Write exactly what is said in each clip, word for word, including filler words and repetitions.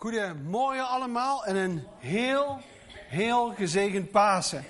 Goedemorgen allemaal en een heel, heel gezegend Pasen.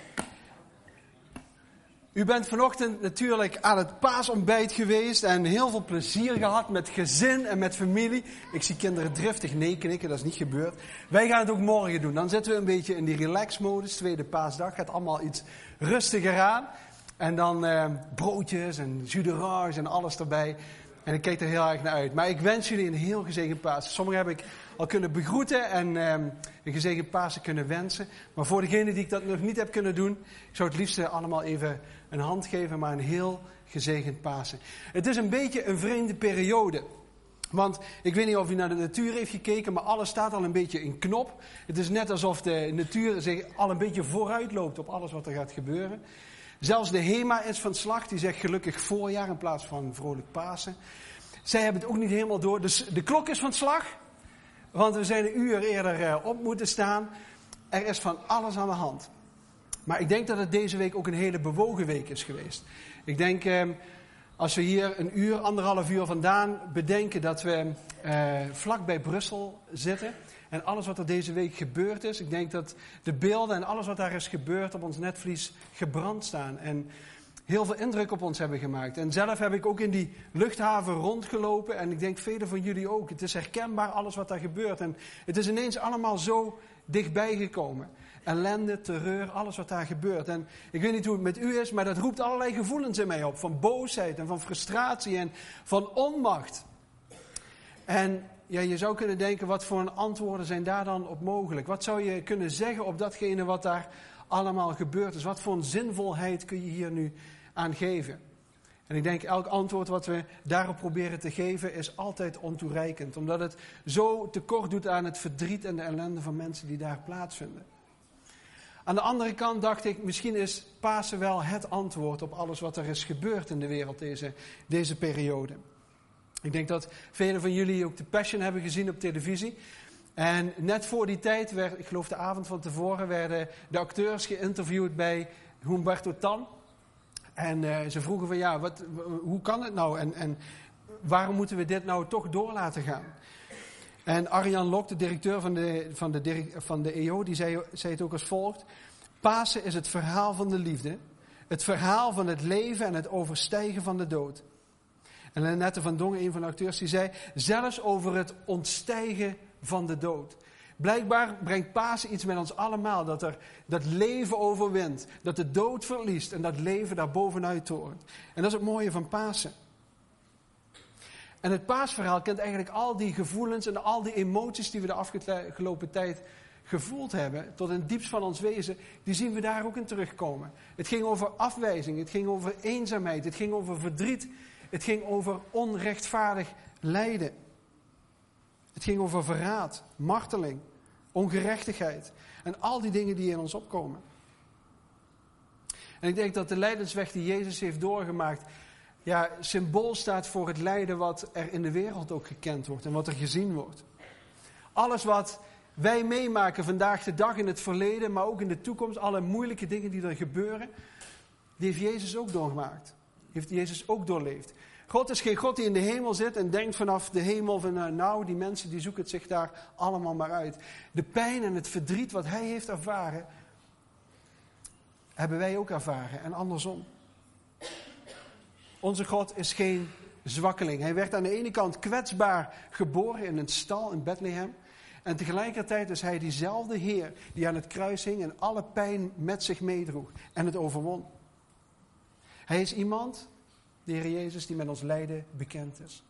U bent vanochtend natuurlijk aan het paasontbijt geweest en heel veel plezier gehad met gezin en met familie. Ik zie kinderen driftig nee knikken, dat is niet gebeurd. Wij gaan het ook morgen doen. Dan zitten we een beetje in die relax-modus. Tweede paasdag gaat allemaal iets rustiger aan. En dan eh, broodjes en jus d'orange en alles erbij. En ik kijk er heel erg naar uit. Maar ik wens jullie een heel gezegend Pasen. Sommigen heb ik al kunnen begroeten en eh, een gezegend Pasen kunnen wensen. Maar voor degenen die ik dat nog niet heb kunnen doen, ik zou het liefst allemaal even een hand geven, maar een heel gezegend Pasen. Het is een beetje een vreemde periode. Want ik weet niet of u naar de natuur heeft gekeken, maar alles staat al een beetje in knop. Het is net alsof de natuur zich al een beetje vooruit loopt op alles wat er gaat gebeuren. Zelfs de HEMA is van slag, die zegt gelukkig voorjaar in plaats van vrolijk Pasen. Zij hebben het ook niet helemaal door, dus de klok is van slag. Want we zijn een uur eerder op moeten staan. Er is van alles aan de hand. Maar ik denk dat het deze week ook een hele bewogen week is geweest. Ik denk, eh, als we hier een uur, anderhalf uur vandaan bedenken dat we eh, vlak bij Brussel zitten. En alles wat er deze week gebeurd is. Ik denk dat de beelden en alles wat daar is gebeurd op ons netvlies gebrand staan. En heel veel indruk op ons hebben gemaakt. En zelf heb ik ook in die luchthaven rondgelopen. En ik denk velen van jullie ook. Het is herkenbaar alles wat daar gebeurt. En het is ineens allemaal zo dichtbij gekomen. Ellende, terreur, alles wat daar gebeurt. En ik weet niet hoe het met u is, maar dat roept allerlei gevoelens in mij op. Van boosheid en van frustratie en van onmacht. En ja, je zou kunnen denken, wat voor antwoorden zijn daar dan op mogelijk? Wat zou je kunnen zeggen op datgene wat daar allemaal gebeurd is? Wat voor een zinvolheid kun je hier nu aan geven? En ik denk, elk antwoord wat we daarop proberen te geven is altijd ontoereikend. Omdat het zo tekort doet aan het verdriet en de ellende van mensen die daar plaatsvinden. Aan de andere kant dacht ik, misschien is Pasen wel het antwoord op alles wat er is gebeurd in de wereld deze, deze periode. Ik denk dat velen van jullie ook de Passion hebben gezien op televisie. En net voor die tijd, werd, ik geloof de avond van tevoren, werden de acteurs geïnterviewd bij Humberto Tan. En uh, ze vroegen van ja, wat, hoe kan het nou en, en waarom moeten we dit nou toch door laten gaan? En Arjan Lok, de directeur van de, van de, van de E O, die zei, zei het ook als volgt. Pasen is het verhaal van de liefde. Het verhaal van het leven en het overstijgen van de dood. En Lennette van Dongen, een van de acteurs, die zei, zelfs over het ontstijgen van de dood. Blijkbaar brengt Pasen iets met ons allemaal, dat er dat leven overwint, dat de dood verliest en dat leven daar bovenuit toont. En dat is het mooie van Pasen. En het paasverhaal kent eigenlijk al die gevoelens en al die emoties die we de afgelopen tijd gevoeld hebben, tot in het diepst van ons wezen, die zien we daar ook in terugkomen. Het ging over afwijzing, het ging over eenzaamheid, het ging over verdriet, het ging over onrechtvaardig lijden. Het ging over verraad, marteling, ongerechtigheid en al die dingen die in ons opkomen. En ik denk dat de lijdensweg die Jezus heeft doorgemaakt, ja, symbool staat voor het lijden wat er in de wereld ook gekend wordt en wat er gezien wordt. Alles wat wij meemaken vandaag de dag in het verleden, maar ook in de toekomst, alle moeilijke dingen die er gebeuren, die heeft Jezus ook doorgemaakt. Heeft Jezus ook doorleefd. God is geen God die in de hemel zit en denkt vanaf de hemel van nou, die mensen die zoeken het zich daar allemaal maar uit. De pijn en het verdriet wat hij heeft ervaren, hebben wij ook ervaren en andersom. Onze God is geen zwakkeling. Hij werd aan de ene kant kwetsbaar geboren in een stal in Bethlehem. En tegelijkertijd is hij diezelfde Heer die aan het kruis hing en alle pijn met zich meedroeg en het overwon. Hij is iemand, de Heer Jezus, die met ons lijden bekend is.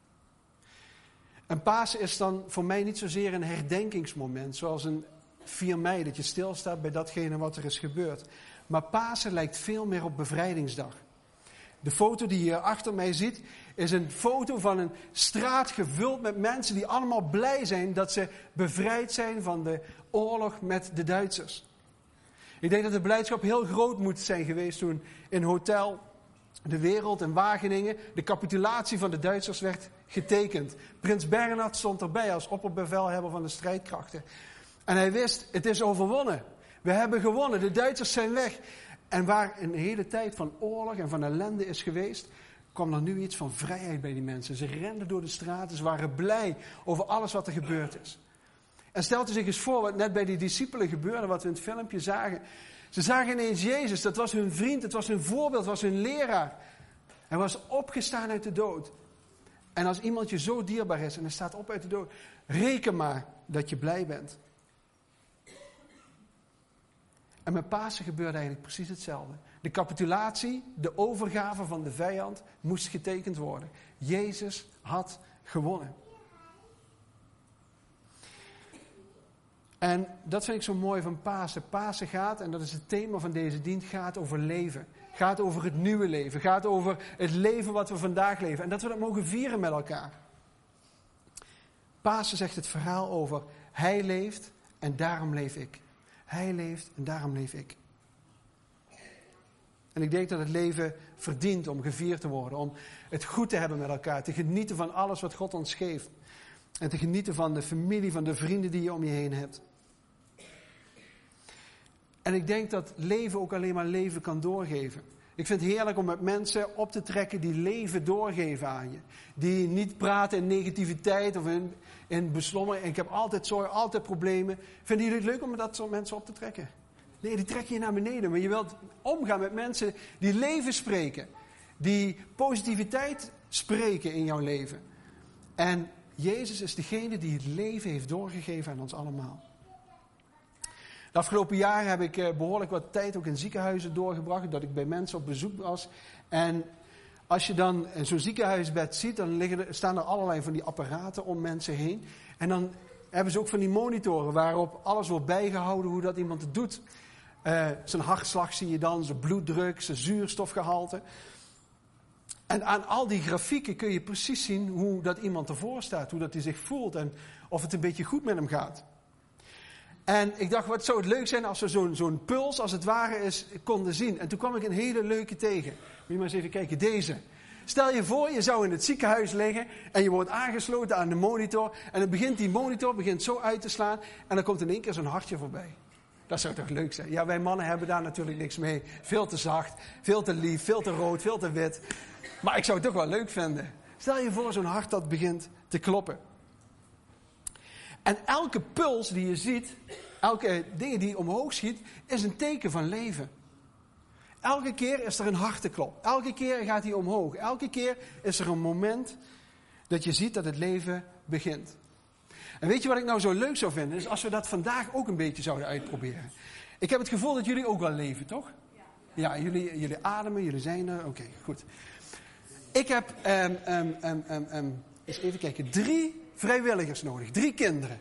En Pasen is dan voor mij niet zozeer een herdenkingsmoment, zoals een vier mei, dat je stilstaat bij datgene wat er is gebeurd. Maar Pasen lijkt veel meer op bevrijdingsdag. De foto die je achter mij ziet, is een foto van een straat gevuld met mensen die allemaal blij zijn dat ze bevrijd zijn van de oorlog met de Duitsers. Ik denk dat de blijdschap heel groot moet zijn geweest toen in Hotel De Wereld in Wageningen de capitulatie van de Duitsers werd getekend. Prins Bernhard stond erbij als opperbevelhebber van de strijdkrachten. En hij wist, het is overwonnen. We hebben gewonnen, de Duitsers zijn weg. En waar een hele tijd van oorlog en van ellende is geweest, kwam er nu iets van vrijheid bij die mensen. Ze renden door de straten, ze waren blij over alles wat er gebeurd is. En stelt u zich eens voor wat net bij die discipelen gebeurde, wat we in het filmpje zagen. Ze zagen ineens Jezus, dat was hun vriend, het was hun voorbeeld, het was hun leraar. Hij was opgestaan uit de dood. En als iemand je zo dierbaar is en hij staat op uit de dood, reken maar dat je blij bent. En met Pasen gebeurde eigenlijk precies hetzelfde. De capitulatie, de overgave van de vijand moest getekend worden. Jezus had gewonnen. En dat vind ik zo mooi van Pasen. Pasen gaat, en dat is het thema van deze dienst, gaat over leven. Gaat over het nieuwe leven. Gaat over het leven wat we vandaag leven. En dat we dat mogen vieren met elkaar. Pasen zegt het verhaal over hij leeft en daarom leef ik. Hij leeft en daarom leef ik. En ik denk dat het leven verdient om gevierd te worden. Om het goed te hebben met elkaar. Te genieten van alles wat God ons geeft. En te genieten van de familie, van de vrienden die je om je heen hebt. En ik denk dat leven ook alleen maar leven kan doorgeven. Ik vind het heerlijk om met mensen op te trekken die leven doorgeven aan je. Die niet praten in negativiteit of in, in beslommering. Ik heb altijd zorgen, altijd problemen. Vinden jullie het leuk om met dat soort mensen op te trekken? Nee, die trekken je naar beneden. Maar je wilt omgaan met mensen die leven spreken. Die positiviteit spreken in jouw leven. En Jezus is degene die het leven heeft doorgegeven aan ons allemaal. De afgelopen jaren heb ik behoorlijk wat tijd ook in ziekenhuizen doorgebracht. Dat ik bij mensen op bezoek was. En als je dan zo'n ziekenhuisbed ziet, dan liggen er, staan er allerlei van die apparaten om mensen heen. En dan hebben ze ook van die monitoren waarop alles wordt bijgehouden hoe dat iemand het doet. Uh, zijn hartslag zie je dan, zijn bloeddruk, zijn zuurstofgehalte. En aan al die grafieken kun je precies zien hoe dat iemand ervoor staat. Hoe dat hij zich voelt en of het een beetje goed met hem gaat. En ik dacht, wat zou het leuk zijn als we zo'n, zo'n puls, als het ware is, konden zien. En toen kwam ik een hele leuke tegen. Moet je maar eens even kijken, deze. Stel je voor, je zou in het ziekenhuis liggen en je wordt aangesloten aan de monitor. En dan begint die monitor begint zo uit te slaan en dan komt in één keer zo'n hartje voorbij. Dat zou toch leuk zijn? Ja, wij mannen hebben daar natuurlijk niks mee. Veel te zacht, veel te lief, veel te rood, veel te wit. Maar ik zou het toch wel leuk vinden. Stel je voor, zo'n hart dat begint te kloppen. En elke puls die je ziet, elke ding die omhoog schiet, is een teken van leven. Elke keer is er een hartenklop. Elke keer gaat hij omhoog. Elke keer is er een moment dat je ziet dat het leven begint. En weet je wat ik nou zo leuk zou vinden? Is als we dat vandaag ook een beetje zouden uitproberen. Ik heb het gevoel dat jullie ook wel leven, toch? Ja, jullie, jullie ademen, jullie zijn er. Oké, okay, goed. Ik heb, um, um, um, um, um, eens even kijken, drie vrijwilligers nodig. Drie kinderen.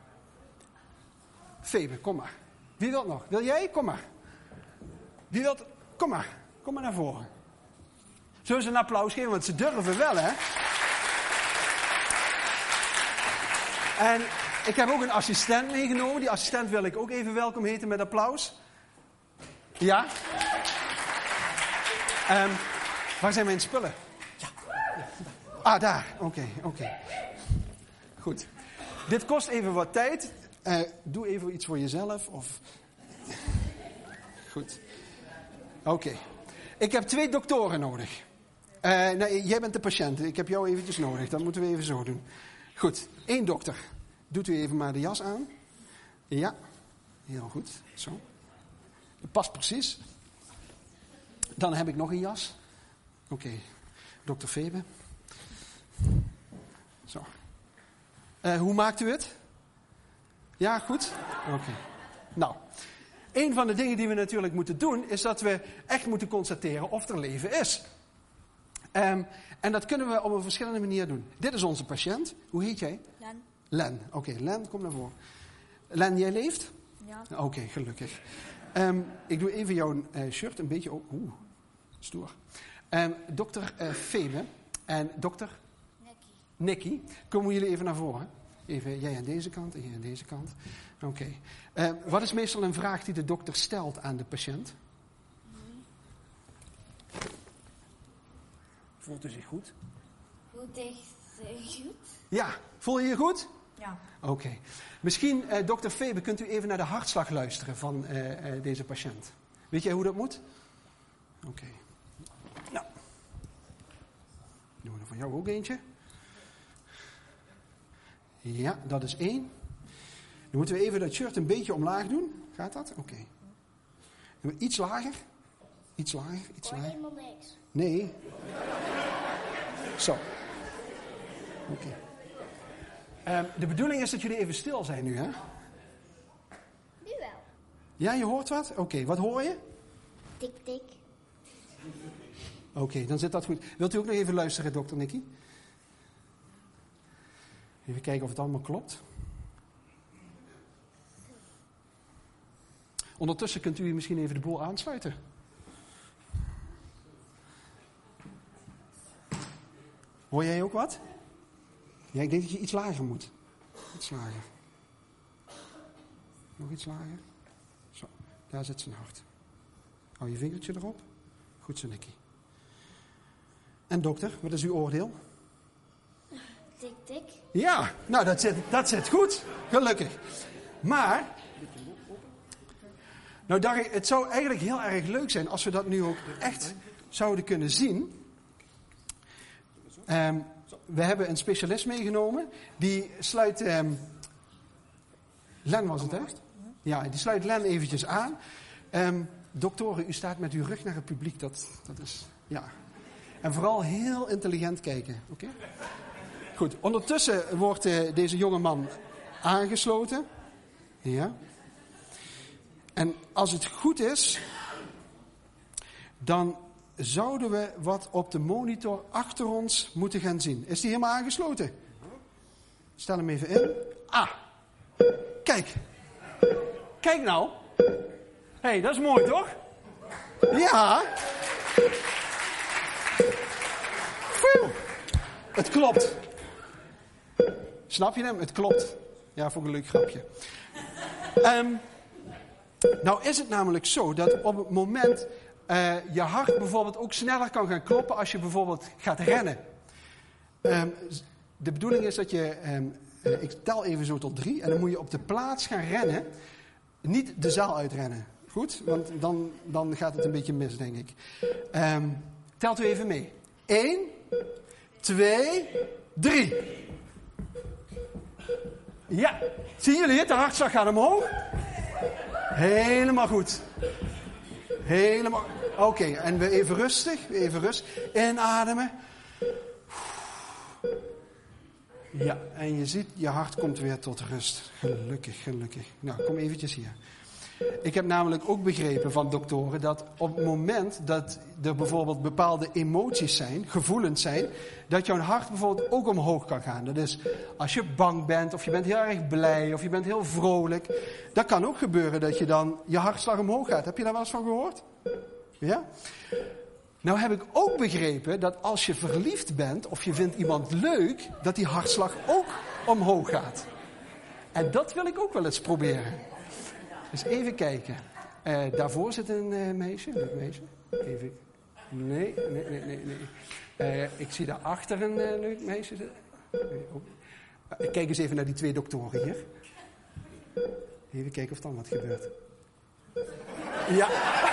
Febe, kom maar. Wie wil nog? Wil jij? Kom maar. Wie wil? Kom maar. Kom maar naar voren. Zullen ze een applaus geven? Want ze durven wel, hè? En ik heb ook een assistent meegenomen. Die assistent wil ik ook even welkom heten met applaus. Ja? Um, waar zijn mijn spullen? Ja. Ah, daar. Oké, okay, oké. Okay. Goed. Dit kost even wat tijd. Uh, doe even iets voor jezelf. Of... Goed. Oké. Okay. Ik heb twee doktoren nodig. Uh, nee, jij bent de patiënt. Ik heb jou eventjes nodig. Dat moeten we even zo doen. Goed. Eén dokter. Doet u even maar de jas aan. Ja. Heel goed. Zo. Dat past precies. Dan heb ik nog een jas. Oké. Okay. Dokter Febe. Zo. Uh, hoe maakt u het? Ja, goed? Oké. Okay. Nou, een van de dingen die we natuurlijk moeten doen, is dat we echt moeten constateren of er leven is. Um, en dat kunnen we op een verschillende manier doen. Dit is onze patiënt. Hoe heet jij? Len. Len. Oké, okay, Len, kom naar voren. Len, jij leeft? Ja. Oké, okay, gelukkig. Um, ik doe even jouw uh, shirt een beetje... Oh, oeh, stoer. Um, dokter uh, Febe en dokter... Nicky, komen jullie even naar voren? Even jij aan deze kant en jij aan deze kant. Oké. Okay. Uh, wat is meestal een vraag die de dokter stelt aan de patiënt? Voelt u zich goed? Voelt u zich goed? Ja, voel je je goed? Ja. Oké. Okay. Misschien, uh, dokter Febe, kunt u even naar de hartslag luisteren van uh, uh, deze patiënt. Weet jij hoe dat moet? Oké. Okay. Nou. Doen we er van jou ook eentje? Ja, dat is één. Dan moeten we even dat shirt een beetje omlaag doen. Gaat dat? Oké. Okay. Iets lager. Iets lager. Iets Hoor lager. helemaal niks. Nee. Zo. Oké. Okay. Um, de bedoeling is dat jullie even stil zijn nu, hè? Nu wel. Ja, je hoort wat? Oké, okay. Wat hoor je? Tik, tik. Oké, okay, dan zit dat goed. Wilt u ook nog even luisteren, dokter Nicky? Even kijken of het allemaal klopt. Ondertussen kunt u misschien even de boel aansluiten. Hoor jij ook wat? Ja, ik denk dat je iets lager moet. Iets lager. Nog iets lager. Zo, daar zit zijn hart. Hou je vingertje erop. Goed zo, Nicky. En dokter, wat is uw oordeel? Tik, tik. Ja, nou dat zit, dat zit goed. Gelukkig. Maar, nou dacht ik, het zou eigenlijk heel erg leuk zijn als we dat nu ook echt zouden kunnen zien. Um, we hebben een specialist meegenomen. Die sluit, um, Len was het hè? Ja, die sluit Len eventjes aan. Um, doktoren, u staat met uw rug naar het publiek. Dat, dat is, ja. En vooral heel intelligent kijken, oké? Okay? Goed, ondertussen wordt uh, deze jonge man aangesloten. Ja. En als het goed is, dan zouden we wat op de monitor achter ons moeten gaan zien. Is die helemaal aangesloten? Stel hem even in. Ah, kijk. Kijk nou. Hé, hey, dat is mooi toch? Ja. Phew. Het klopt. Snap je hem? Het klopt. Ja, voor een leuk grapje. Um, nou is het namelijk zo dat op het moment uh, je hart bijvoorbeeld ook sneller kan gaan kloppen als je bijvoorbeeld gaat rennen. Um, de bedoeling is dat je, um, uh, ik tel even zo tot drie en dan moet je op de plaats gaan rennen. Niet de zaal uitrennen. Goed? Want dan, dan gaat het een beetje mis, denk ik. Um, telt u even mee. Eén, twee, drie. Ja, zien jullie het? De hartslag gaat omhoog. Helemaal goed. Helemaal. Oké, okay, en we even rustig. Even rustig. Inademen. Ja, en je ziet, je hart komt weer tot rust. Gelukkig, gelukkig. Nou, kom eventjes hier. Ik heb namelijk ook begrepen van doktoren dat op het moment dat er bijvoorbeeld bepaalde emoties zijn, gevoelens zijn, dat jouw hart bijvoorbeeld ook omhoog kan gaan. Dat is als je bang bent, of je bent heel erg blij, of je bent heel vrolijk. Dat kan ook gebeuren dat je dan je hartslag omhoog gaat. Heb je daar wel eens van gehoord? Ja? Nou heb ik ook begrepen dat als je verliefd bent, of je vindt iemand leuk, dat die hartslag ook omhoog gaat. En dat wil ik ook wel eens proberen. Dus even kijken. Uh, daarvoor zit een uh, meisje. Een meisje. Even. Nee, nee, nee, nee. nee. Uh, ik zie daarachter een uh, leuk meisje zitten. Nee, oh. uh, kijk eens even naar die twee doktoren hier. Even kijken of dan wat gebeurt. Ja.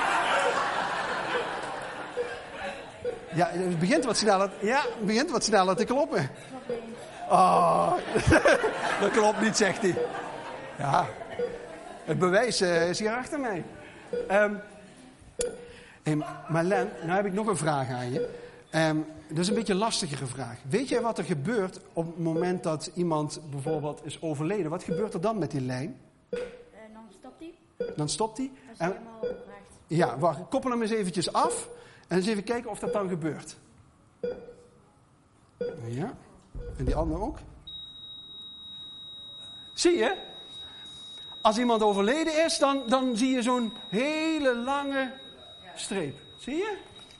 Ja, het begint wat sneller. Ja, het begint wat sneller te kloppen. Oh, dat klopt niet, zegt hij. Ja. Het bewijs uh, is hier achter mij. Um, hey, maar Len, nou heb ik nog een vraag aan je. Um, dat is een beetje een lastigere vraag. Weet jij wat er gebeurt op het moment dat iemand bijvoorbeeld is overleden? Wat gebeurt er dan met die lijn? Uh, dan stopt hij. Dan stopt hij. Dan is En, hij helemaal recht. ja, wacht, koppel hem eens eventjes af. En eens even kijken of dat dan gebeurt. Ja. En die andere ook. Zie je? Als iemand overleden is, dan, dan zie je zo'n hele lange streep. Zie je?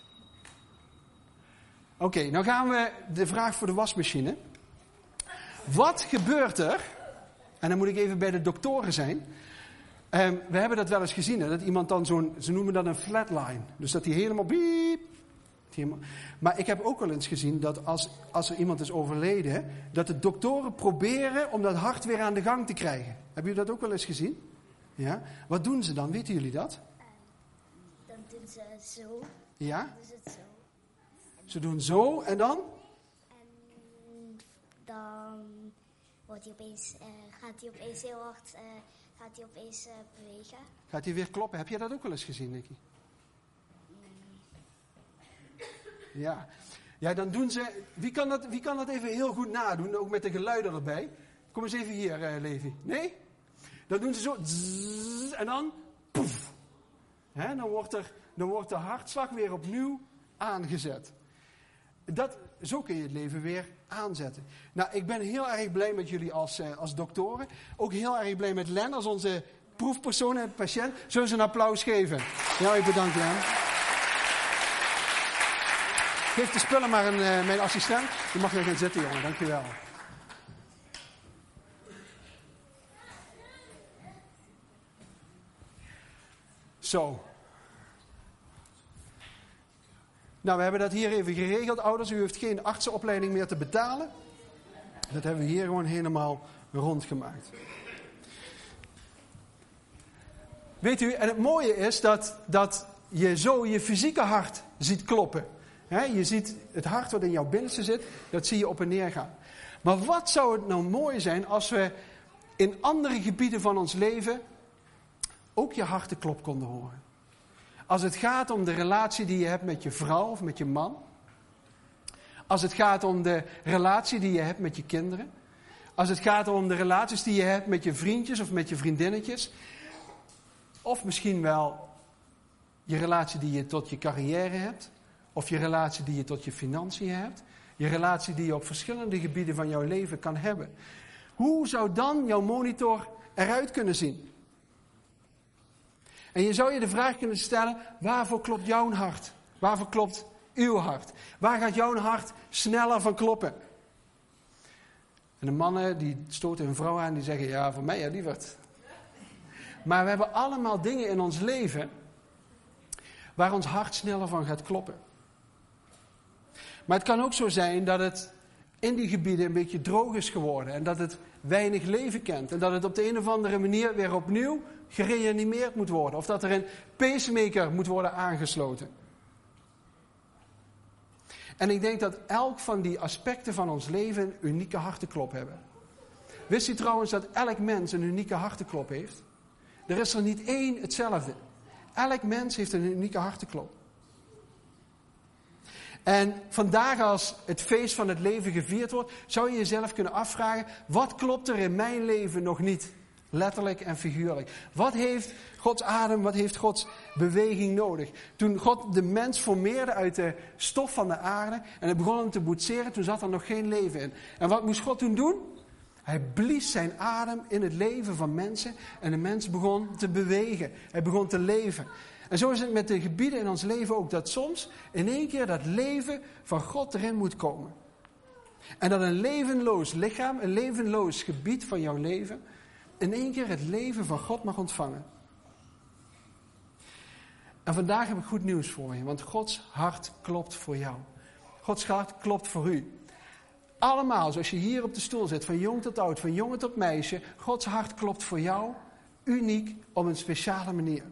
Oké, okay, nou gaan we de vraag voor de wasmachine. Wat gebeurt er? En dan moet ik even bij de doktoren zijn. Um, we hebben dat wel eens gezien, hè, dat iemand dan zo'n, ze noemen dat een flatline. Dus dat die helemaal biep. Helemaal. Maar ik heb ook wel eens gezien dat als, als er iemand is overleden, dat de doktoren proberen om dat hart weer aan de gang te krijgen. Hebben jullie dat ook wel eens gezien? Ja? Wat doen ze dan? Weten jullie dat? Uh, dan doen ze zo. Ja? Dan doen ze het zo. Ze doen zo en dan? En dan wordt hij opeens, uh, gaat hij opeens heel hard uh, gaat hij opeens, uh, bewegen. Gaat hij weer kloppen? Heb jij dat ook wel eens gezien, Nicky? Ja. Ja, dan doen ze... Wie kan, dat, wie kan dat even heel goed nadoen, ook met de geluiden erbij? Kom eens even hier, uh, Levi. Nee? Dan doen ze zo... Zzz, en dan... Poef. Hè, dan, wordt er, dan wordt de hartslag weer opnieuw aangezet. Dat, zo kun je het leven weer aanzetten. Nou, ik ben heel erg blij met jullie als, uh, als doktoren. Ook heel erg blij met Len als onze proefpersoon en patiënt. Zullen ze een applaus geven? Ja, ik bedank Len. Geef de spullen maar aan uh, mijn assistent. Je mag weer gaan zitten, jongen. Dankjewel. Zo. Nou, we hebben dat hier even geregeld. Ouders, u heeft geen artsenopleiding meer te betalen. Dat hebben we hier gewoon helemaal rondgemaakt. Weet u, en het mooie is dat, dat je zo je fysieke hart ziet kloppen. He, je ziet het hart wat in jouw binnenste zit, dat zie je op en neer gaan. Maar wat zou het nou mooi zijn als we in andere gebieden van ons leven ook je hartenklop konden horen. Als het gaat om de relatie die je hebt met je vrouw of met je man. Als het gaat om de relatie die je hebt met je kinderen. Als het gaat om de relaties die je hebt met je vriendjes of met je vriendinnetjes. Of misschien wel je relatie die je tot je carrière hebt. Of je relatie die je tot je financiën hebt. Je relatie die je op verschillende gebieden van jouw leven kan hebben. Hoe zou dan jouw monitor eruit kunnen zien? En je zou je de vraag kunnen stellen, waarvoor klopt jouw hart? Waarvoor klopt uw hart? Waar gaat jouw hart sneller van kloppen? En de mannen die stoten hun vrouw aan, die zeggen, ja, voor mij ja, lieverd. Maar we hebben allemaal dingen in ons leven waar ons hart sneller van gaat kloppen. Maar het kan ook zo zijn dat het in die gebieden een beetje droog is geworden. En dat het weinig leven kent. En dat het op de een of andere manier weer opnieuw gereanimeerd moet worden. Of dat er een pacemaker moet worden aangesloten. En ik denk dat elk van die aspecten van ons leven een unieke hartenklop hebben. Wist u trouwens dat elk mens een unieke hartenklop heeft? Er is er niet één hetzelfde. Elk mens heeft een unieke hartenklop. En vandaag als het feest van het leven gevierd wordt, zou je jezelf kunnen afvragen, wat klopt er in mijn leven nog niet? Letterlijk en figuurlijk. Wat heeft Gods adem, wat heeft Gods beweging nodig? Toen God de mens formeerde uit de stof van de aarde en hij begon hem te boetseren, toen zat er nog geen leven in. En wat moest God toen doen? Hij blies zijn adem in het leven van mensen en de mens begon te bewegen. Hij begon te leven. En zo is het met de gebieden in ons leven ook, dat soms in één keer dat leven van God erin moet komen. En dat een levenloos lichaam, een levenloos gebied van jouw leven, in één keer het leven van God mag ontvangen. En vandaag heb ik goed nieuws voor je, want Gods hart klopt voor jou. Gods hart klopt voor u. Allemaal, zoals je hier op de stoel zit, van jong tot oud, van jongen tot meisje, Gods hart klopt voor jou, uniek, op een speciale manier.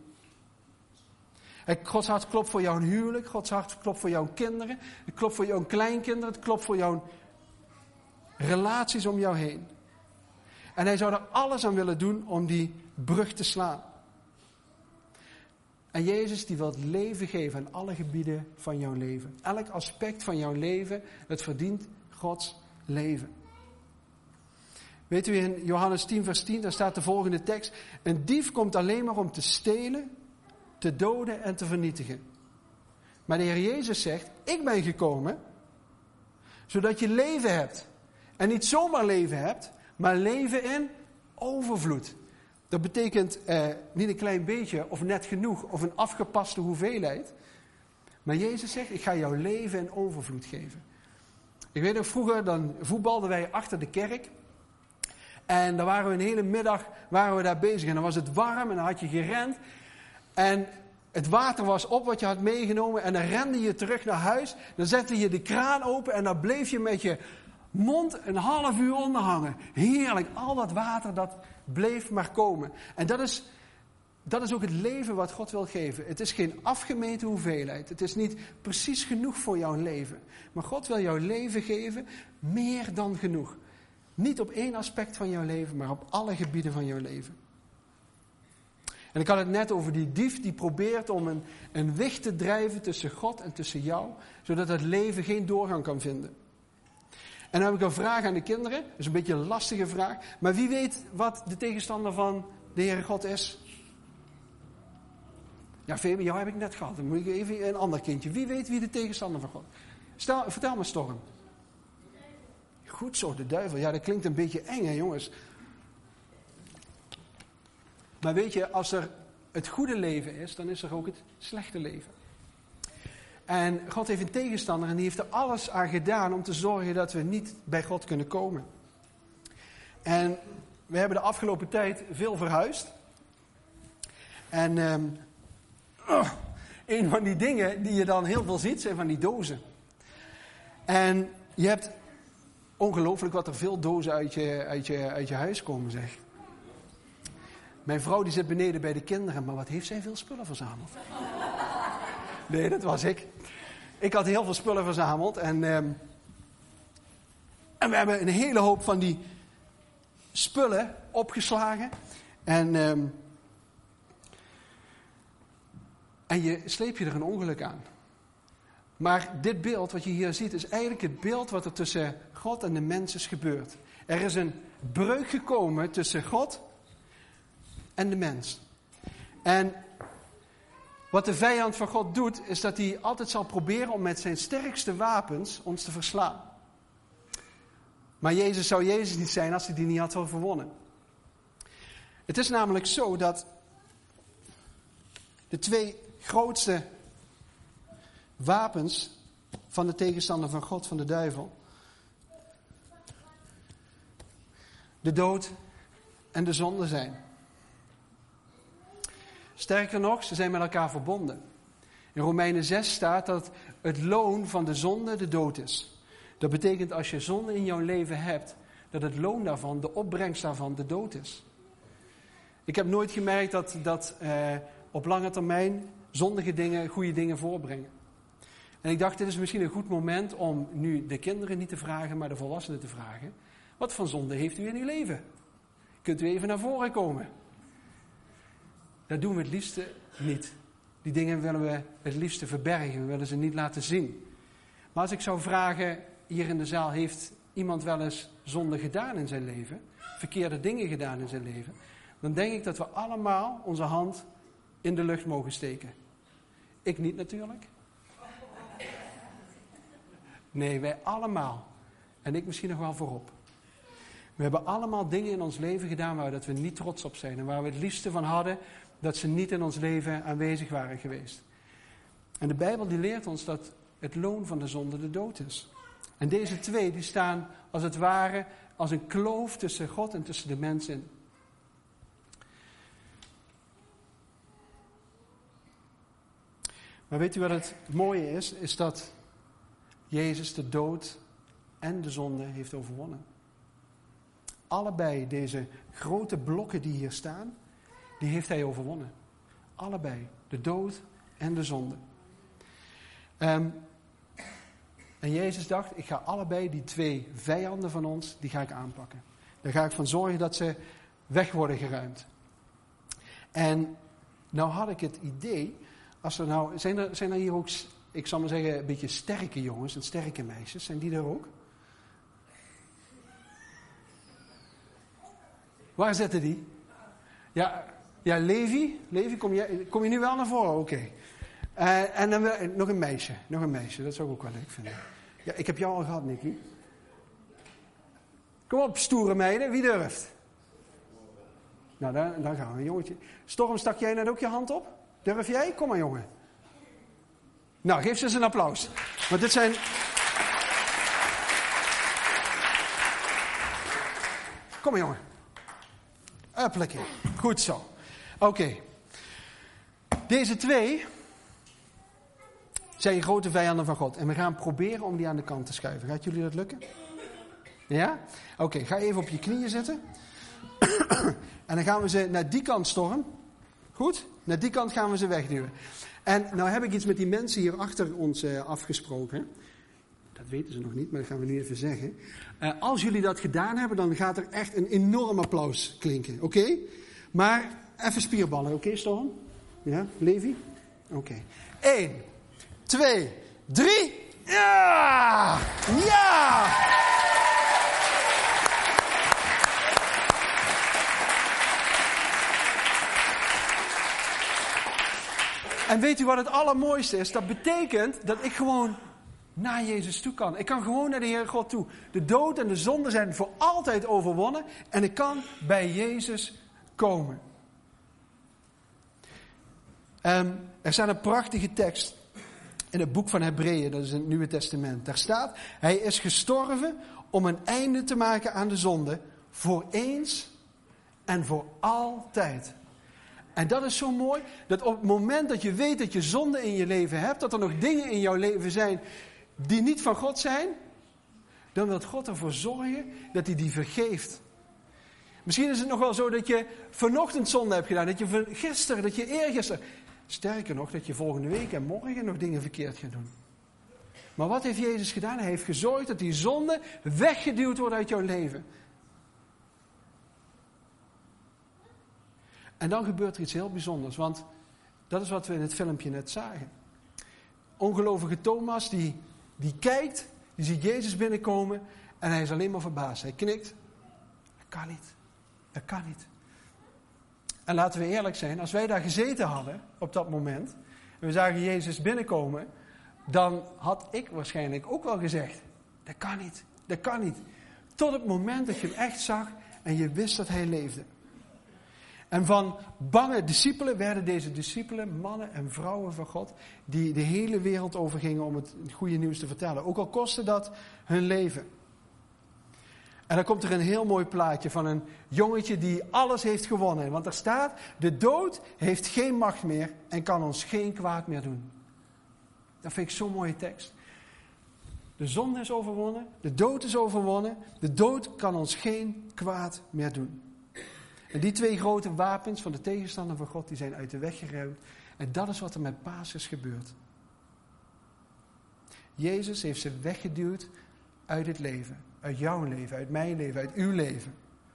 Gods hart klopt voor jouw huwelijk, Gods hart klopt voor jouw kinderen, het klopt voor jouw kleinkinderen, het klopt voor jouw relaties om jou heen. En hij zou er alles aan willen doen om die brug te slaan. En Jezus die wil het leven geven aan alle gebieden van jouw leven. Elk aspect van jouw leven, het verdient Gods leven. Weet u, in Johannes tien vers tien, daar staat de volgende tekst. Een dief komt alleen maar om te stelen, te doden en te vernietigen. Maar de Heer Jezus zegt, ik ben gekomen, zodat je leven hebt. En niet zomaar leven hebt, maar leven in overvloed. Dat betekent eh, niet een klein beetje of net genoeg of een afgepaste hoeveelheid. Maar Jezus zegt, ik ga jouw leven in overvloed geven. Ik weet nog, vroeger dan voetbalden wij achter de kerk. En dan waren we een hele middag waren we daar bezig. En dan was het warm en dan had je gerend. En het water was op wat je had meegenomen. En dan rende je terug naar huis. Dan zette je de kraan open en dan bleef je met je mond een half uur onder hangen. Heerlijk, al dat water dat bleef maar komen. En dat is, dat is ook het leven wat God wil geven. Het is geen afgemeten hoeveelheid. Het is niet precies genoeg voor jouw leven. Maar God wil jouw leven geven meer dan genoeg. Niet op één aspect van jouw leven, maar op alle gebieden van jouw leven. En ik had het net over die dief die probeert om een, een wicht te drijven tussen God en tussen jou, zodat het leven geen doorgang kan vinden. En dan heb ik een vraag aan de kinderen, dat is een beetje een lastige vraag, maar wie weet wat de tegenstander van de Heere God is? Ja, Febe, jou heb ik net gehad, dan moet ik even een ander kindje. Wie weet wie de tegenstander van God is? Stel, vertel me, Storm. Goed zo, de duivel. Ja, dat klinkt een beetje eng, hè, jongens. Maar weet je, als er het goede leven is, dan is er ook het slechte leven. En God heeft een tegenstander en die heeft er alles aan gedaan om te zorgen dat we niet bij God kunnen komen. En we hebben de afgelopen tijd veel verhuisd. En um, oh, een van die dingen die je dan heel veel ziet, zijn van die dozen. En je hebt ongelooflijk wat er veel dozen uit je, uit je, uit je huis komen, zeg. Mijn vrouw die zit beneden bij de kinderen, maar wat heeft zij veel spullen verzameld? Nee, dat was ik. Ik had heel veel spullen verzameld en, um, en we hebben een hele hoop van die spullen opgeslagen. En, um, en je sleep je er een ongeluk aan. Maar dit beeld wat je hier ziet is eigenlijk het beeld wat er tussen God en de mens is gebeurd. Er is een breuk gekomen tussen God en de mens. En wat de vijand van God doet, is dat hij altijd zal proberen om met zijn sterkste wapens ons te verslaan. Maar Jezus zou Jezus niet zijn als hij die niet had overwonnen. Het is namelijk zo dat de twee grootste wapens van de tegenstander van God, van de duivel, de dood en de zonde zijn. Sterker nog, ze zijn met elkaar verbonden. In Romeinen zes staat dat het loon van de zonde de dood is. Dat betekent als je zonde in jouw leven hebt, dat het loon daarvan, de opbrengst daarvan, de dood is. Ik heb nooit gemerkt dat, dat eh, op lange termijn zondige dingen, goede dingen voorbrengen. En ik dacht, dit is misschien een goed moment om nu de kinderen niet te vragen, maar de volwassenen te vragen. Wat voor zonde heeft u in uw leven? Kunt u even naar voren komen? Dat doen we het liefste niet. Die dingen willen we het liefste verbergen. We willen ze niet laten zien. Maar als ik zou vragen, hier in de zaal, heeft iemand wel eens zonde gedaan in zijn leven? Verkeerde dingen gedaan in zijn leven? Dan denk ik dat we allemaal onze hand in de lucht mogen steken. Ik niet natuurlijk. Nee, wij allemaal. En ik misschien nog wel voorop. We hebben allemaal dingen in ons leven gedaan waar dat we niet trots op zijn. En waar we het liefste van hadden dat ze niet in ons leven aanwezig waren geweest. En de Bijbel die leert ons dat het loon van de zonde de dood is. En deze twee die staan als het ware als een kloof tussen God en tussen de mens in. Maar weet u wat het mooie is? Is dat Jezus de dood en de zonde heeft overwonnen. Allebei deze grote blokken die hier staan, die heeft hij overwonnen. Allebei, de dood en de zonde. Um, en Jezus dacht, ik ga allebei die twee vijanden van ons, die ga ik aanpakken. Daar ga ik van zorgen dat ze weg worden geruimd. En nou had ik het idee, als er nou, zijn er, zijn er hier ook, ik zal maar zeggen, een beetje sterke jongens en sterke meisjes, zijn die er ook? Waar zitten die? Ja, ja Levi, Levi kom, je, kom je nu wel naar voren? Oké. Okay. Uh, en dan uh, nog een meisje, nog een meisje, dat zou ik ook wel leuk vinden. Ja, ik heb jou al gehad, Nicky. Kom op, stoere meiden, wie durft? Nou, dan, dan gaan we, jongetje. Storm, stak jij net ook je hand op? Durf jij? Kom maar, jongen. Nou, geef ze eens een applaus. Want dit zijn... Kom maar, jongen. Upplekie. Goed zo. Oké. Okay. Deze twee zijn grote vijanden van God. En we gaan proberen om die aan de kant te schuiven. Gaat jullie dat lukken? Ja? Oké, okay, ga even op je knieën zitten. En dan gaan we ze naar die kant stormen. Goed? Naar die kant gaan we ze wegduwen. En nou heb ik iets met die mensen hier achter ons uh, afgesproken. Dat weten ze nog niet, maar dat gaan we nu even zeggen. Uh, als jullie dat gedaan hebben, dan gaat er echt een enorm applaus klinken. Oké? Okay? Maar even spierballen. Oké, okay, Storm? Ja, Levi? Oké. Okay. Eén, twee, drie. Ja! Ja! En weet u wat het allermooiste is? Dat betekent dat ik gewoon naar Jezus toe kan. Ik kan gewoon naar de Heer God toe. De dood en de zonde zijn voor altijd overwonnen. En ik kan bij Jezus komen. Um, er staat een prachtige tekst in het boek van Hebreeën. Dat is in het Nieuwe Testament. Daar staat: Hij is gestorven om een einde te maken aan de zonde. Voor eens en voor altijd. En dat is zo mooi, dat op het moment dat je weet dat je zonde in je leven hebt, dat er nog dingen in jouw leven zijn die niet van God zijn, dan wil God ervoor zorgen dat hij die vergeeft. Misschien is het nog wel zo dat je vanochtend zonde hebt gedaan, dat je gisteren, dat je eergisteren, sterker nog, dat je volgende week en morgen nog dingen verkeerd gaat doen. Maar wat heeft Jezus gedaan? Hij heeft gezorgd dat die zonde weggeduwd wordt uit jouw leven. En dan gebeurt er iets heel bijzonders, want dat is wat we in het filmpje net zagen. Ongelovige Thomas, die, die kijkt, die ziet Jezus binnenkomen en hij is alleen maar verbaasd. Hij knikt. Dat kan niet. Dat kan niet. En laten we eerlijk zijn, als wij daar gezeten hadden op dat moment, en we zagen Jezus binnenkomen, dan had ik waarschijnlijk ook wel gezegd, dat kan niet, dat kan niet. Tot het moment dat je hem echt zag en je wist dat hij leefde. En van bange discipelen werden deze discipelen mannen en vrouwen van God, die de hele wereld overgingen om het goede nieuws te vertellen. Ook al kostte dat hun leven. En dan komt er een heel mooi plaatje van een jongetje die alles heeft gewonnen. Want er staat, de dood heeft geen macht meer en kan ons geen kwaad meer doen. Dat vind ik zo'n mooie tekst. De zonde is overwonnen, de dood is overwonnen, de dood kan ons geen kwaad meer doen. En die twee grote wapens van de tegenstander van God, die zijn uit de weg geruimd. En dat is wat er met Pasen is gebeurd. Jezus heeft ze weggeduwd uit het leven. Uit jouw leven, uit mijn leven, uit uw leven.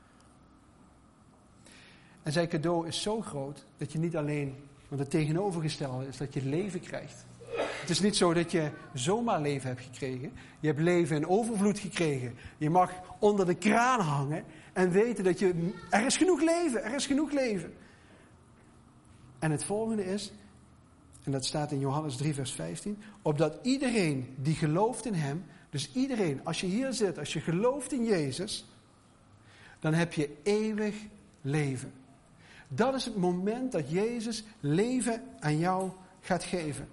En zijn cadeau is zo groot dat je niet alleen, want het tegenovergestelde is dat je leven krijgt. Het is niet zo dat je zomaar leven hebt gekregen. Je hebt leven in overvloed gekregen. Je mag onder de kraan hangen en weten dat je, er is genoeg leven, er is genoeg leven. En het volgende is, en dat staat in Johannes drie vers vijftien, opdat iedereen die gelooft in hem, dus iedereen, als je hier zit, als je gelooft in Jezus, dan heb je eeuwig leven. Dat is het moment dat Jezus leven aan jou gaat geven.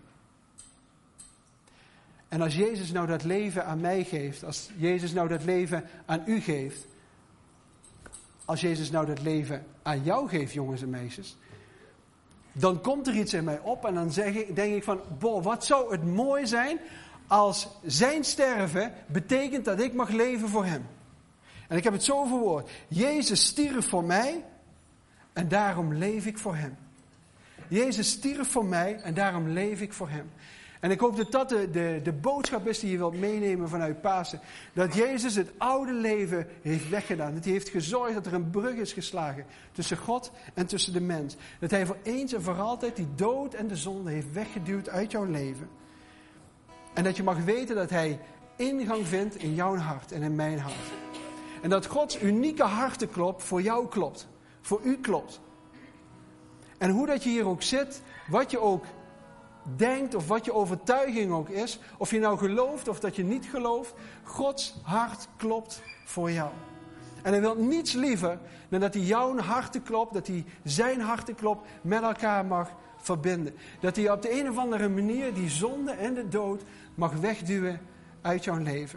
En als Jezus nou dat leven aan mij geeft, als Jezus nou dat leven aan u geeft, als Jezus nou dat leven aan jou geeft, jongens en meisjes, dan komt er iets in mij op en dan zeg ik, denk ik van, boh, wat zou het mooi zijn als zijn sterven betekent dat ik mag leven voor hem. En ik heb het zo verwoord. Jezus stierf voor mij en daarom leef ik voor hem. Jezus stierf voor mij en daarom leef ik voor hem. En ik hoop dat dat de, de, de boodschap is die je wilt meenemen vanuit Pasen. Dat Jezus het oude leven heeft weggedaan. Dat hij heeft gezorgd dat er een brug is geslagen tussen God en tussen de mens. Dat hij voor eens en voor altijd die dood en de zonde heeft weggeduwd uit jouw leven. En dat je mag weten dat hij ingang vindt in jouw hart en in mijn hart. En dat Gods unieke hartenklop voor jou klopt. Voor u klopt. En hoe dat je hier ook zit, wat je ook denkt of wat je overtuiging ook is, of je nou gelooft of dat je niet gelooft, Gods hart klopt voor jou. En hij wil niets liever dan dat hij jouw hartenklop, dat hij zijn hartenklop met elkaar mag verbinden. Dat hij op de een of andere manier die zonde en de dood mag wegduwen uit jouw leven.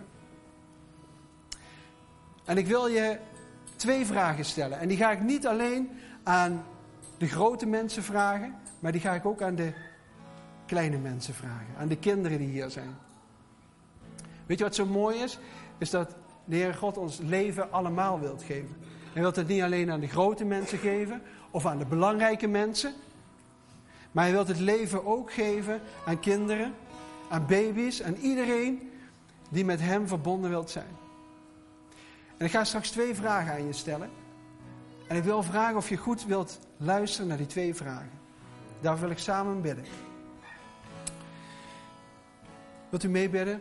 En ik wil je twee vragen stellen. En die ga ik niet alleen aan de grote mensen vragen, maar die ga ik ook aan de kleine mensen vragen. Aan de kinderen die hier zijn. Weet je wat zo mooi is? Is dat de Heer God ons leven allemaal wilt geven. Hij wil het niet alleen aan de grote mensen geven of aan de belangrijke mensen. Maar hij wil het leven ook geven aan kinderen, aan baby's, aan iedereen die met hem verbonden wilt zijn. En ik ga straks twee vragen aan je stellen. En ik wil vragen of je goed wilt luisteren naar die twee vragen. Daar wil ik samen bidden. Wilt u meebidden?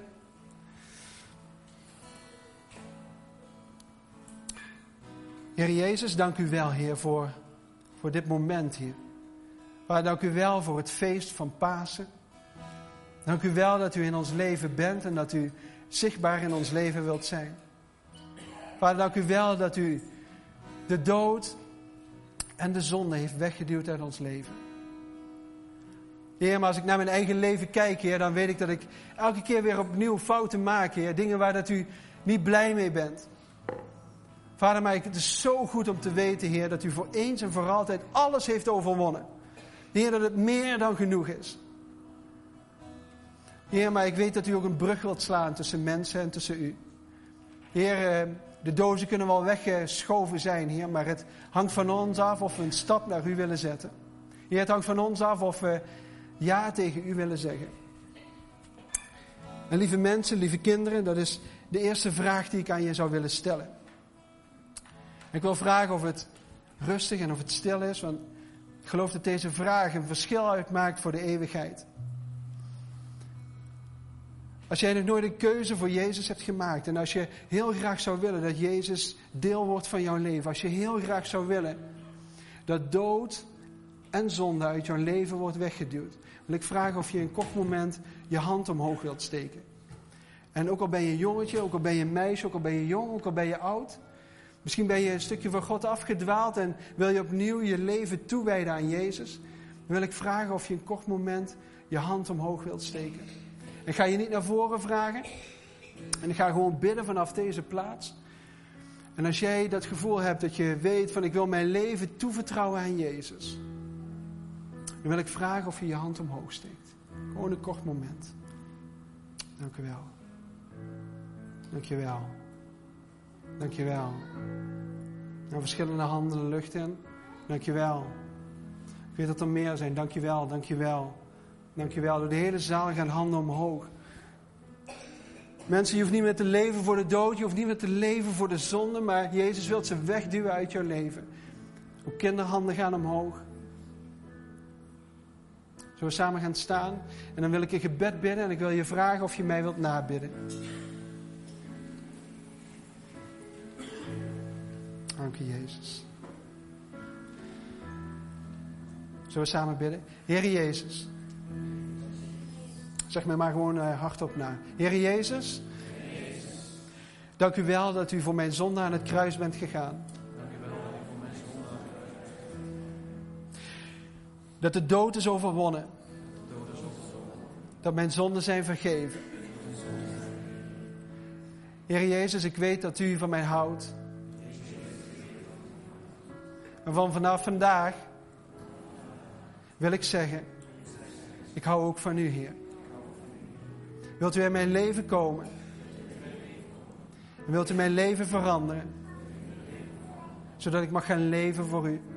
Heer Jezus, dank u wel, Heer, voor, voor dit moment, Heer. Vader, dank u wel voor het feest van Pasen. Dank u wel dat u in ons leven bent en dat u zichtbaar in ons leven wilt zijn. Vader, dank u wel dat u de dood en de zonde heeft weggeduwd uit ons leven. Heer, maar als ik naar mijn eigen leven kijk, Heer, dan weet ik dat ik elke keer weer opnieuw fouten maak, Heer. Dingen waar dat u niet blij mee bent. Vader, maar het is zo goed om te weten, Heer, dat u voor eens en voor altijd alles heeft overwonnen. Heer, dat het meer dan genoeg is. Heer, maar ik weet dat u ook een brug wilt slaan tussen mensen en tussen u. Heer, de dozen kunnen wel weggeschoven zijn, Heer, maar het hangt van ons af of we een stap naar u willen zetten. Heer, het hangt van ons af of we ja tegen u willen zeggen. En lieve mensen, lieve kinderen, dat is de eerste vraag die ik aan je zou willen stellen. Ik wil vragen of het rustig en of het stil is, want ik geloof dat deze vraag een verschil uitmaakt voor de eeuwigheid. Als jij nog nooit een keuze voor Jezus hebt gemaakt en als je heel graag zou willen dat Jezus deel wordt van jouw leven, als je heel graag zou willen dat dood en zonde uit jouw leven wordt weggeduwd, wil ik vragen of je in een kort moment je hand omhoog wilt steken. En ook al ben je een jongetje, ook al ben je een meisje, ook al ben je jong, ook al ben je oud, misschien ben je een stukje van God afgedwaald en wil je opnieuw je leven toewijden aan Jezus, dan wil ik vragen of je in een kort moment je hand omhoog wilt steken. Ik ga je niet naar voren vragen. En ik ga gewoon bidden vanaf deze plaats. En als jij dat gevoel hebt dat je weet van ik wil mijn leven toevertrouwen aan Jezus, dan wil ik vragen of je je hand omhoog steekt. Gewoon een kort moment. Dank u wel. Dank je wel. Dank je wel. Nou, verschillende handen de lucht in. Dank je wel. Ik weet dat er meer zijn. Dank je wel. Dank je wel. Dankjewel. Door de hele zaal gaan handen omhoog. Mensen, je hoeft niet meer te leven voor de dood. Je hoeft niet meer te leven voor de zonde. Maar Jezus wil ze wegduwen uit jouw leven. Ook kinderhanden gaan omhoog. Zullen we samen gaan staan? En dan wil ik een gebed bidden. En ik wil je vragen of je mij wilt nabidden. Dank je, Jezus. Zullen we samen bidden? Heer Jezus. Zeg mij maar gewoon uh, hardop na. Heer Jezus, Jezus, dank u wel dat u voor mijn zonde aan het kruis bent gegaan. Dank u wel dat u voor mijn zonde aan het kruis bent gegaan. Dat de dood is overwonnen. Dat mijn zonden zijn vergeven. Heer Jezus, ik weet dat u van mij houdt. En van vanaf vandaag wil ik zeggen, ik hou ook van u, Heer. Wilt u in mijn leven komen? En wilt u mijn leven veranderen? Zodat ik mag gaan leven voor u.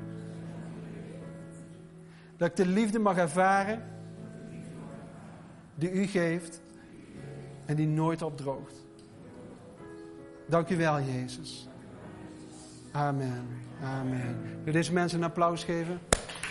Dat ik de liefde mag ervaren die u geeft en die nooit opdroogt. Dank u wel, Jezus. Amen. Amen. Wil deze mensen een applaus geven?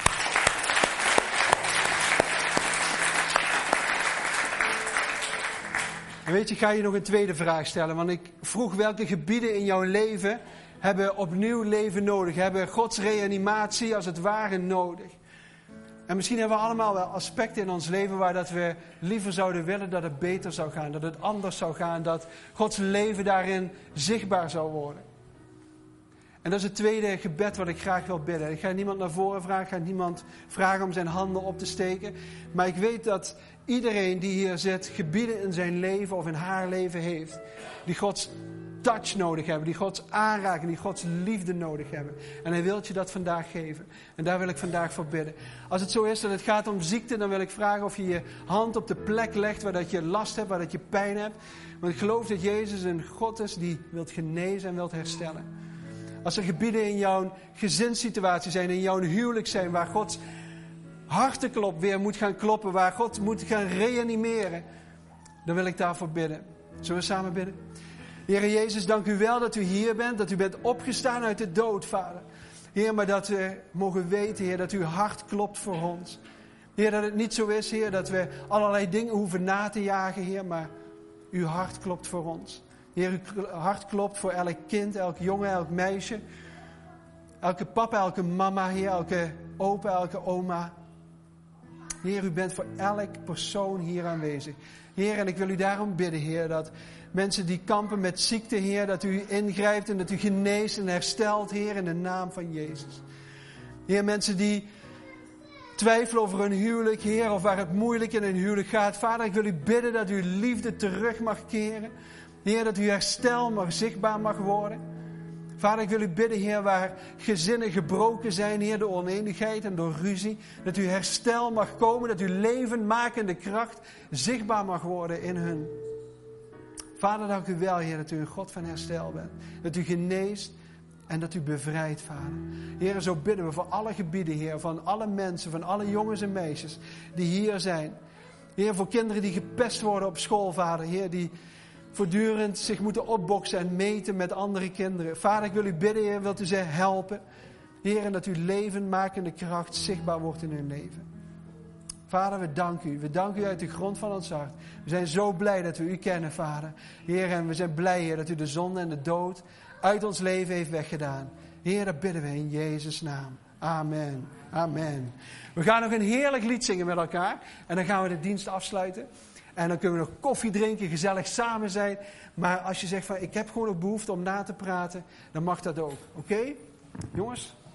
En weet je, ik ga je nog een tweede vraag stellen. Want ik vroeg welke gebieden in jouw leven hebben opnieuw leven nodig. Hebben Gods reanimatie als het ware nodig. En misschien hebben we allemaal wel aspecten in ons leven waar dat we liever zouden willen dat het beter zou gaan. Dat het anders zou gaan. Dat Gods leven daarin zichtbaar zou worden. En dat is het tweede gebed wat ik graag wil bidden. Ik ga niemand naar voren vragen. Ik ga niemand vragen om zijn handen op te steken. Maar ik weet dat iedereen die hier zit gebieden in zijn leven of in haar leven heeft. Die Gods touch nodig hebben. Die Gods aanraking, die Gods liefde nodig hebben. En hij wil je dat vandaag geven. En daar wil ik vandaag voor bidden. Als het zo is dat het gaat om ziekte, dan wil ik vragen of je je hand op de plek legt waar dat je last hebt, waar dat je pijn hebt. Want ik geloof dat Jezus een God is die wilt genezen en wilt herstellen. Als er gebieden in jouw gezinssituatie zijn, in jouw huwelijk zijn, waar Gods hartenklop weer moet gaan kloppen, waar God moet gaan reanimeren, dan wil ik daarvoor bidden. Zullen we samen bidden? Heer Jezus, dank u wel dat u hier bent, dat u bent opgestaan uit de dood, Vader. Heer, maar dat we mogen weten, Heer, dat uw hart klopt voor ons. Heer, dat het niet zo is, Heer, dat we allerlei dingen hoeven na te jagen, Heer, maar uw hart klopt voor ons. Heer, uw hart klopt voor elk kind, elk jongen, elk meisje. Elke papa, elke mama, Heer, elke opa, elke oma. Heer, u bent voor elk persoon hier aanwezig. Heer, en ik wil u daarom bidden, Heer, dat mensen die kampen met ziekte, Heer, dat u ingrijpt en dat u geneest en herstelt, Heer, in de naam van Jezus. Heer, mensen die twijfelen over hun huwelijk, Heer, of waar het moeilijk in hun huwelijk gaat. Vader, ik wil u bidden dat uw liefde terug mag keren. Heer, dat uw herstel mag zichtbaar mag worden. Vader, ik wil u bidden, Heer, waar gezinnen gebroken zijn, Heer, door oneenigheid en door ruzie. Dat uw herstel mag komen, dat uw levendmakende kracht zichtbaar mag worden in hun. Vader, dank u wel, Heer, dat u een God van herstel bent. Dat u geneest en dat u bevrijdt, Vader. Heer, zo bidden we voor alle gebieden, Heer, van alle mensen, van alle jongens en meisjes die hier zijn. Heer, voor kinderen die gepest worden op school, Vader. Heer, die voortdurend zich moeten opboksen en meten met andere kinderen. Vader, ik wil u bidden, Heer, wilt u ze helpen. Heer, en dat uw levendmakende kracht zichtbaar wordt in hun leven. Vader, we danken u. We danken u uit de grond van ons hart. We zijn zo blij dat we u kennen, Vader. Heer, en we zijn blij, Heer, dat u de zonde en de dood uit ons leven heeft weggedaan. Heer, dat bidden we in Jezus' naam. Amen. Amen. We gaan nog een heerlijk lied zingen met elkaar. En dan gaan we de dienst afsluiten. En dan kunnen we nog koffie drinken, gezellig samen zijn. Maar als je zegt van, ik heb gewoon nog behoefte om na te praten, dan mag dat ook. Oké? Okay? Jongens?